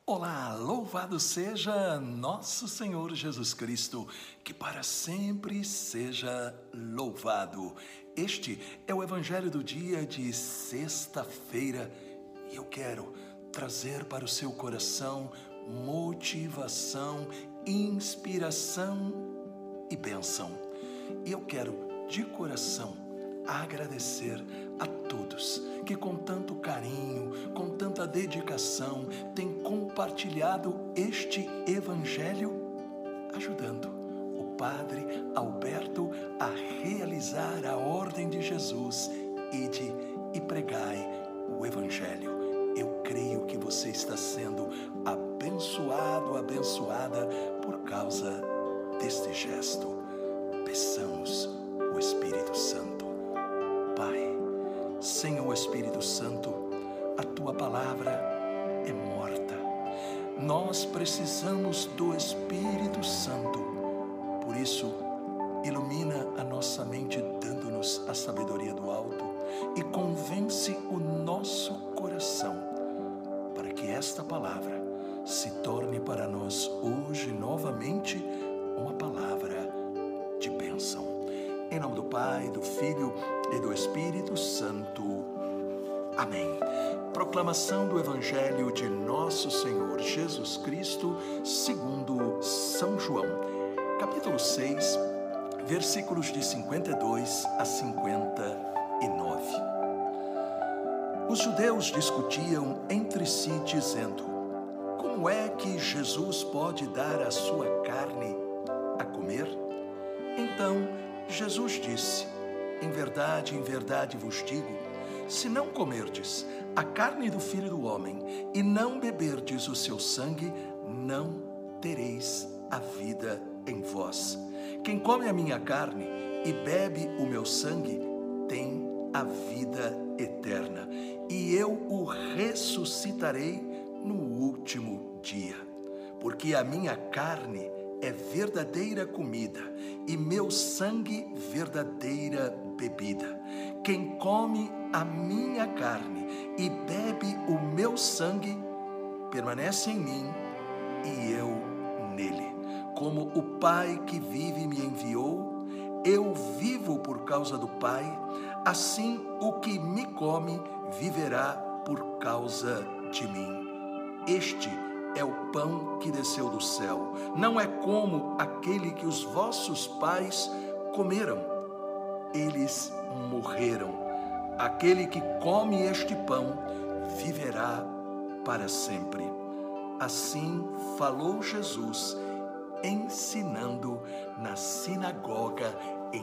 Olá, louvado seja nosso Senhor Jesus Cristo, que para sempre seja louvado. Este é o Evangelho do dia de sexta-feira e eu quero trazer para o seu coração motivação, inspiração e bênção. E eu quero de coração agradecer a todos que com tanto carinho, com tanta dedicação, têm compartilhado este Evangelho, ajudando o Padre Alberto a realizar a ordem de Jesus, ide e pregai o Evangelho. Eu creio que você está sendo abençoado, abençoada por causa deste gesto. Peçamos o Espírito Santo. Pai, sem o Espírito Santo, a Tua palavra é morta. Nós precisamos do Espírito Santo. Por isso, ilumina a nossa mente, dando-nos a sabedoria do alto e convence o nosso coração para que esta palavra se torne para nós hoje novamente uma palavra de bênção. Em nome do Pai, do Filho e do Espírito Santo. Amém. Proclamação do Evangelho de nosso Senhor Jesus Cristo, segundo São João, capítulo 6, versículos de 52 a 59. Os judeus discutiam entre si, dizendo: como é que Jesus pode dar a sua carne a comer? Então Jesus disse: em verdade vos digo, se não comerdes a carne do Filho do Homem e não beberdes o seu sangue, não tereis a vida em vós. Quem come a minha carne e bebe o meu sangue tem a vida eterna, e eu o ressuscitarei no último dia. Porque a minha carne é verdadeira comida e meu sangue verdadeira bebida. Quem come a minha carne e bebe o meu sangue permanece em mim e eu nele. Como o Pai que vive me enviou, eu vivo por causa do Pai, assim o que me come viverá por causa de mim. Este é o pão que desceu do céu. Não é como aquele que os vossos pais comeram. Eles morreram. Aquele que come este pão viverá para sempre. Assim falou Jesus, ensinando na sinagoga em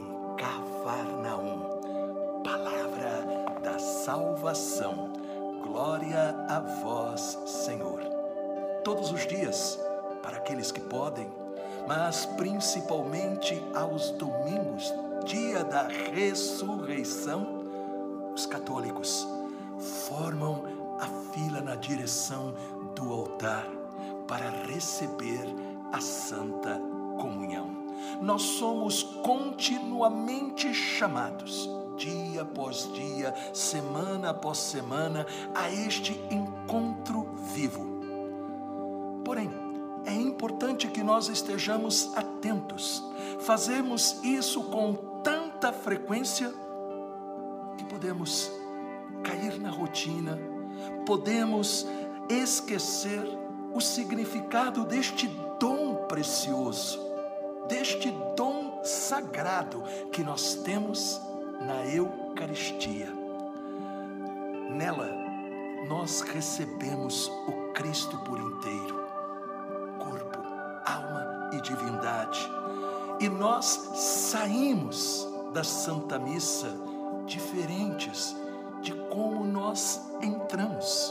Cafarnaum. Palavra da salvação. Glória a vós, Senhor. Todos os dias, para aqueles que podem, mas principalmente aos domingos, dia da ressurreição, os católicos formam a fila na direção do altar para receber a Santa Comunhão. Nós somos continuamente chamados, dia após dia, semana após semana, a este encontro vivo. Porém, é importante que nós estejamos atentos. Fazemos isso com tanta frequência que podemos cair na rotina, podemos esquecer o significado deste dom precioso, deste dom sagrado que nós temos na Eucaristia. Nela, nós recebemos o Cristo por inteiro, corpo, alma e divindade. E nós saímos da Santa Missa diferentes de como nós entramos.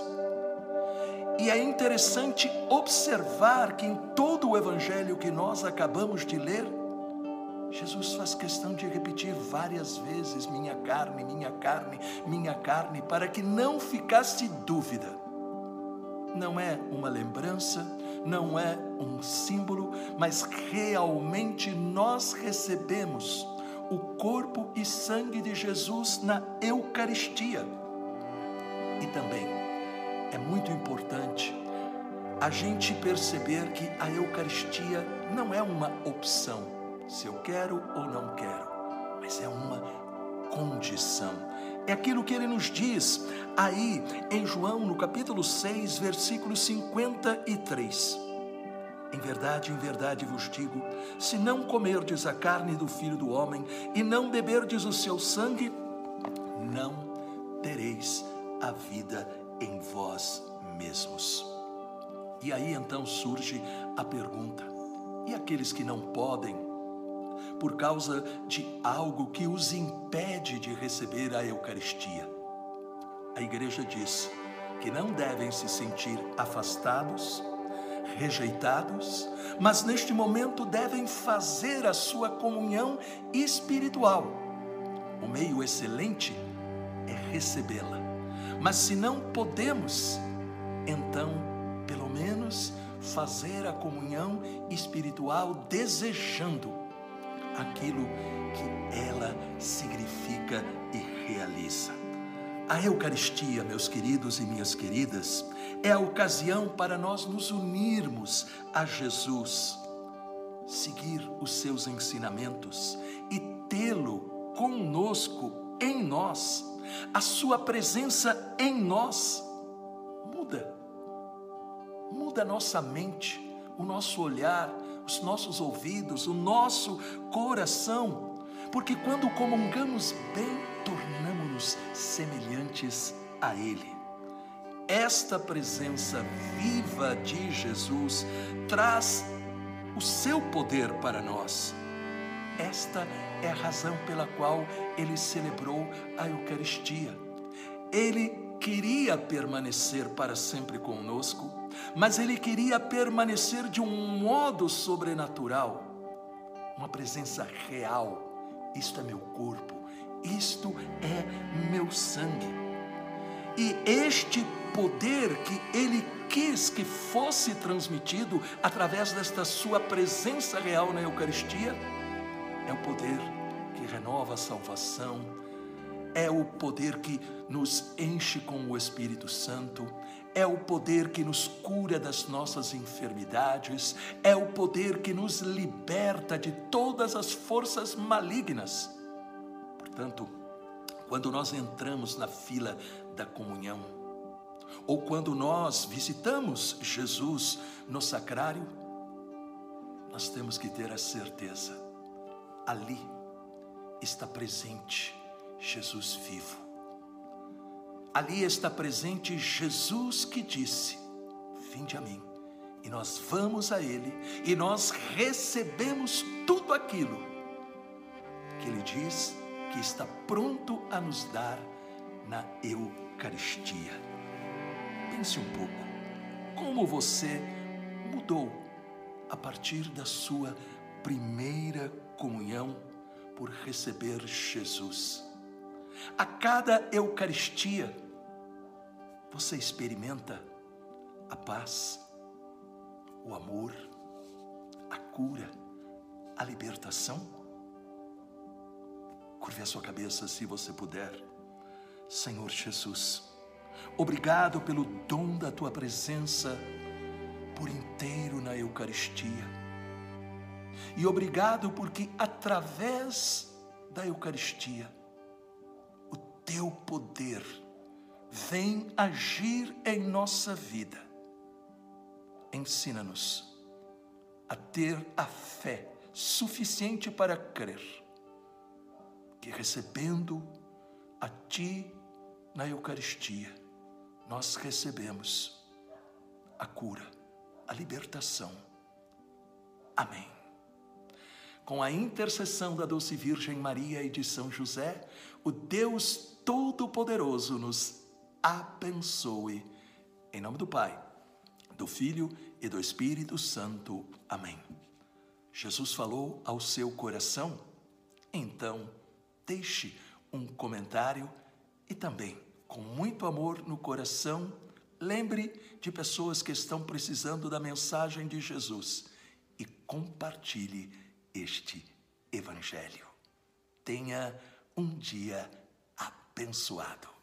E é interessante observar que em todo o Evangelho que nós acabamos de ler, Jesus faz questão de repetir várias vezes: minha carne, minha carne, minha carne, para que não ficasse dúvida. Não é uma lembrança, não é um símbolo, mas realmente nós recebemos o corpo e sangue de Jesus na Eucaristia. E também é muito importante a gente perceber que a Eucaristia não é uma opção, se eu quero ou não quero, mas é uma condição. É aquilo que ele nos diz aí em João, no capítulo 6, versículo 53. Em verdade vos digo, se não comerdes a carne do Filho do Homem e não beberdes o seu sangue, não tereis a vida em vós mesmos. E aí então surge a pergunta: e aqueles que não podem, por causa de algo que os impede de receber a Eucaristia? A igreja diz que não devem se sentir afastados, rejeitados, mas neste momento devem fazer a sua comunhão espiritual. O meio excelente é recebê-la, mas se não podemos, então pelo menos fazer a comunhão espiritual desejando aquilo que ela significa e realiza. A Eucaristia, meus queridos e minhas queridas, é a ocasião para nós nos unirmos a Jesus, seguir os seus ensinamentos e tê-lo conosco, em nós. A sua presença em nós muda a nossa mente, o nosso olhar, os nossos ouvidos, o nosso coração, porque quando comungamos bem, tornamos-nos semelhantes a Ele. Esta presença viva de Jesus traz o seu poder para nós. Esta é a razão pela qual Ele celebrou a Eucaristia. Ele queria permanecer para sempre conosco, mas Ele queria permanecer de um modo sobrenatural, uma presença real. Isto é meu corpo, isto é meu sangue. E este poder que Ele quis que fosse transmitido através desta sua presença real na Eucaristia, é o poder que renova a salvação, é o poder que nos enche com o Espírito Santo, é o poder que nos cura das nossas enfermidades, é o poder que nos liberta de todas as forças malignas. Portanto, quando nós entramos na fila da comunhão, ou quando nós visitamos Jesus no sacrário, nós temos que ter a certeza, ali está presente Jesus vivo. Ali está presente Jesus que disse: vinde a mim, e nós vamos a Ele, e nós recebemos tudo aquilo que Ele diz que está pronto a nos dar na Eucaristia. Pense um pouco, como você mudou a partir da sua primeira comunhão por receber Jesus. A cada Eucaristia, você experimenta a paz, o amor, a cura, a libertação? Curve a sua cabeça se você puder. Senhor Jesus, obrigado pelo dom da Tua presença por inteiro na Eucaristia. E obrigado porque através da Eucaristia, o Teu poder vem agir em nossa vida. Ensina-nos a ter a fé suficiente para crer que recebendo a Ti na Eucaristia, nós recebemos a cura, a libertação. Amém. Com a intercessão da doce Virgem Maria e de São José, o Deus Todo-Poderoso nos abençoe. Em nome do Pai, do Filho e do Espírito Santo. Amém. Jesus falou ao seu coração? Então, deixe um comentário e também, com muito amor no coração, lembre de pessoas que estão precisando da mensagem de Jesus e compartilhe este Evangelho. Tenha um dia abençoado.